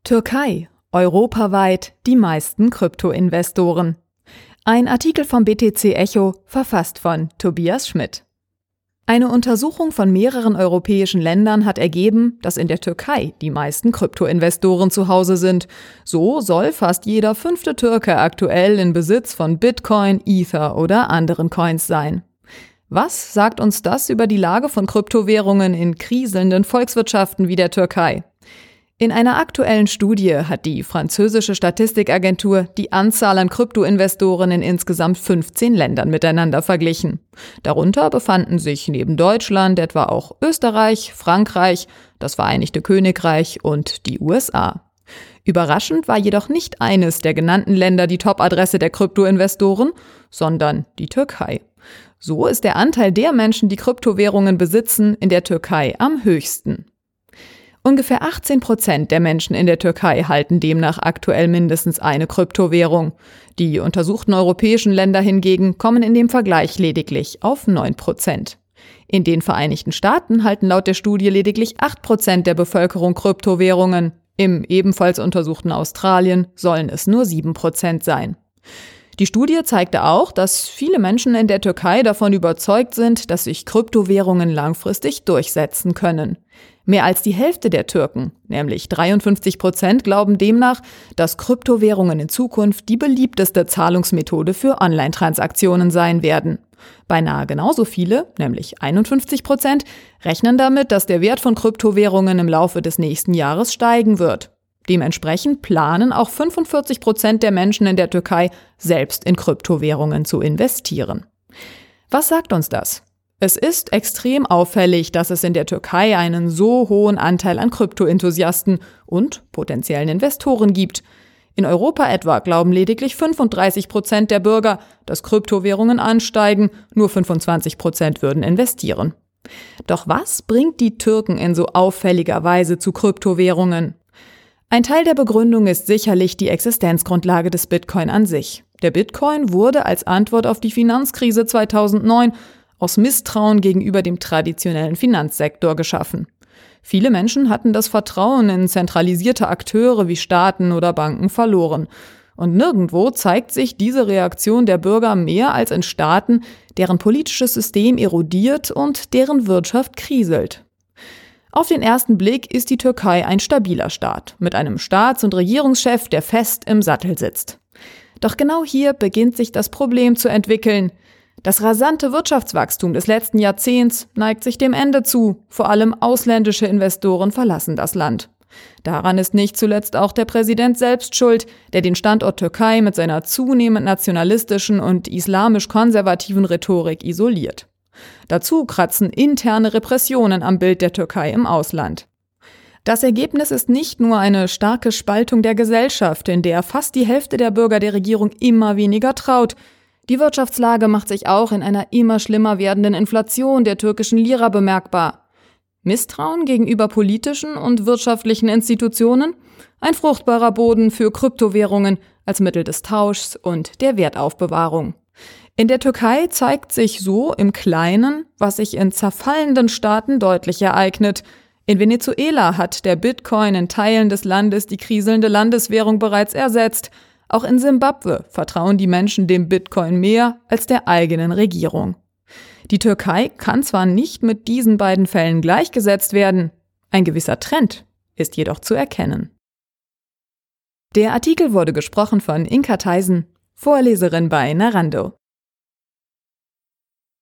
Türkei, europaweit die meisten Kryptoinvestoren. Ein Artikel vom BTC Echo, verfasst von Tobias Schmidt. Eine Untersuchung von mehreren europäischen Ländern hat ergeben, dass in der Türkei die meisten Kryptoinvestoren zu Hause sind. So soll fast jeder 5. Türke aktuell in Besitz von Bitcoin, Ether oder anderen Coins sein. Was sagt uns das über die Lage von Kryptowährungen in kriselnden Volkswirtschaften wie der Türkei? In einer aktuellen Studie hat die französische Statistikagentur die Anzahl an Kryptoinvestoren in insgesamt 15 Ländern miteinander verglichen. Darunter befanden sich neben Deutschland etwa auch Österreich, Frankreich, das Vereinigte Königreich und die USA. Überraschend war jedoch nicht eines der genannten Länder die Top-Adresse der Kryptoinvestoren, sondern die Türkei. So ist der Anteil der Menschen, die Kryptowährungen besitzen, in der Türkei am höchsten. Ungefähr 18% der Menschen in der Türkei halten demnach aktuell mindestens eine Kryptowährung. Die untersuchten europäischen Länder hingegen kommen in dem Vergleich lediglich auf 9%. In den Vereinigten Staaten halten laut der Studie lediglich 8% der Bevölkerung Kryptowährungen. Im ebenfalls untersuchten Australien sollen es nur 7% sein. Die Studie zeigte auch, dass viele Menschen in der Türkei davon überzeugt sind, dass sich Kryptowährungen langfristig durchsetzen können. Mehr als die Hälfte der Türken, nämlich 53%, glauben demnach, dass Kryptowährungen in Zukunft die beliebteste Zahlungsmethode für Online-Transaktionen sein werden. Beinahe genauso viele, nämlich 51%, rechnen damit, dass der Wert von Kryptowährungen im Laufe des nächsten Jahres steigen wird. Dementsprechend planen auch 45% der Menschen in der Türkei, selbst in Kryptowährungen zu investieren. Was sagt uns das? Es ist extrem auffällig, dass es in der Türkei einen so hohen Anteil an Kryptoenthusiasten und potenziellen Investoren gibt. In Europa etwa glauben lediglich 35% der Bürger, dass Kryptowährungen ansteigen, nur 25% würden investieren. Doch was bringt die Türken in so auffälliger Weise zu Kryptowährungen? Ein Teil der Begründung ist sicherlich die Existenzgrundlage des Bitcoin an sich. Der Bitcoin wurde als Antwort auf die Finanzkrise 2009 aus Misstrauen gegenüber dem traditionellen Finanzsektor geschaffen. Viele Menschen hatten das Vertrauen in zentralisierte Akteure wie Staaten oder Banken verloren. Und nirgendwo zeigt sich diese Reaktion der Bürger mehr als in Staaten, deren politisches System erodiert und deren Wirtschaft kriselt. Auf den ersten Blick ist die Türkei ein stabiler Staat, mit einem Staats- und Regierungschef, der fest im Sattel sitzt. Doch genau hier beginnt sich das Problem zu entwickeln. Das rasante Wirtschaftswachstum des letzten Jahrzehnts neigt sich dem Ende zu. Vor allem ausländische Investoren verlassen das Land. Daran ist nicht zuletzt auch der Präsident selbst schuld, der den Standort Türkei mit seiner zunehmend nationalistischen und islamisch-konservativen Rhetorik isoliert. Dazu kratzen interne Repressionen am Bild der Türkei im Ausland. Das Ergebnis ist nicht nur eine starke Spaltung der Gesellschaft, in der fast die Hälfte der Bürger der Regierung immer weniger traut. Die Wirtschaftslage macht sich auch in einer immer schlimmer werdenden Inflation der türkischen Lira bemerkbar. Misstrauen gegenüber politischen und wirtschaftlichen Institutionen, ein fruchtbarer Boden für Kryptowährungen als Mittel des Tauschs und der Wertaufbewahrung. In der Türkei zeigt sich so im Kleinen, was sich in zerfallenden Staaten deutlich ereignet. In Venezuela hat der Bitcoin in Teilen des Landes die kriselnde Landeswährung bereits ersetzt. Auch in Simbabwe vertrauen die Menschen dem Bitcoin mehr als der eigenen Regierung. Die Türkei kann zwar nicht mit diesen beiden Fällen gleichgesetzt werden, ein gewisser Trend ist jedoch zu erkennen. Der Artikel wurde gesprochen von Inka Theisen, Vorleserin bei Narando.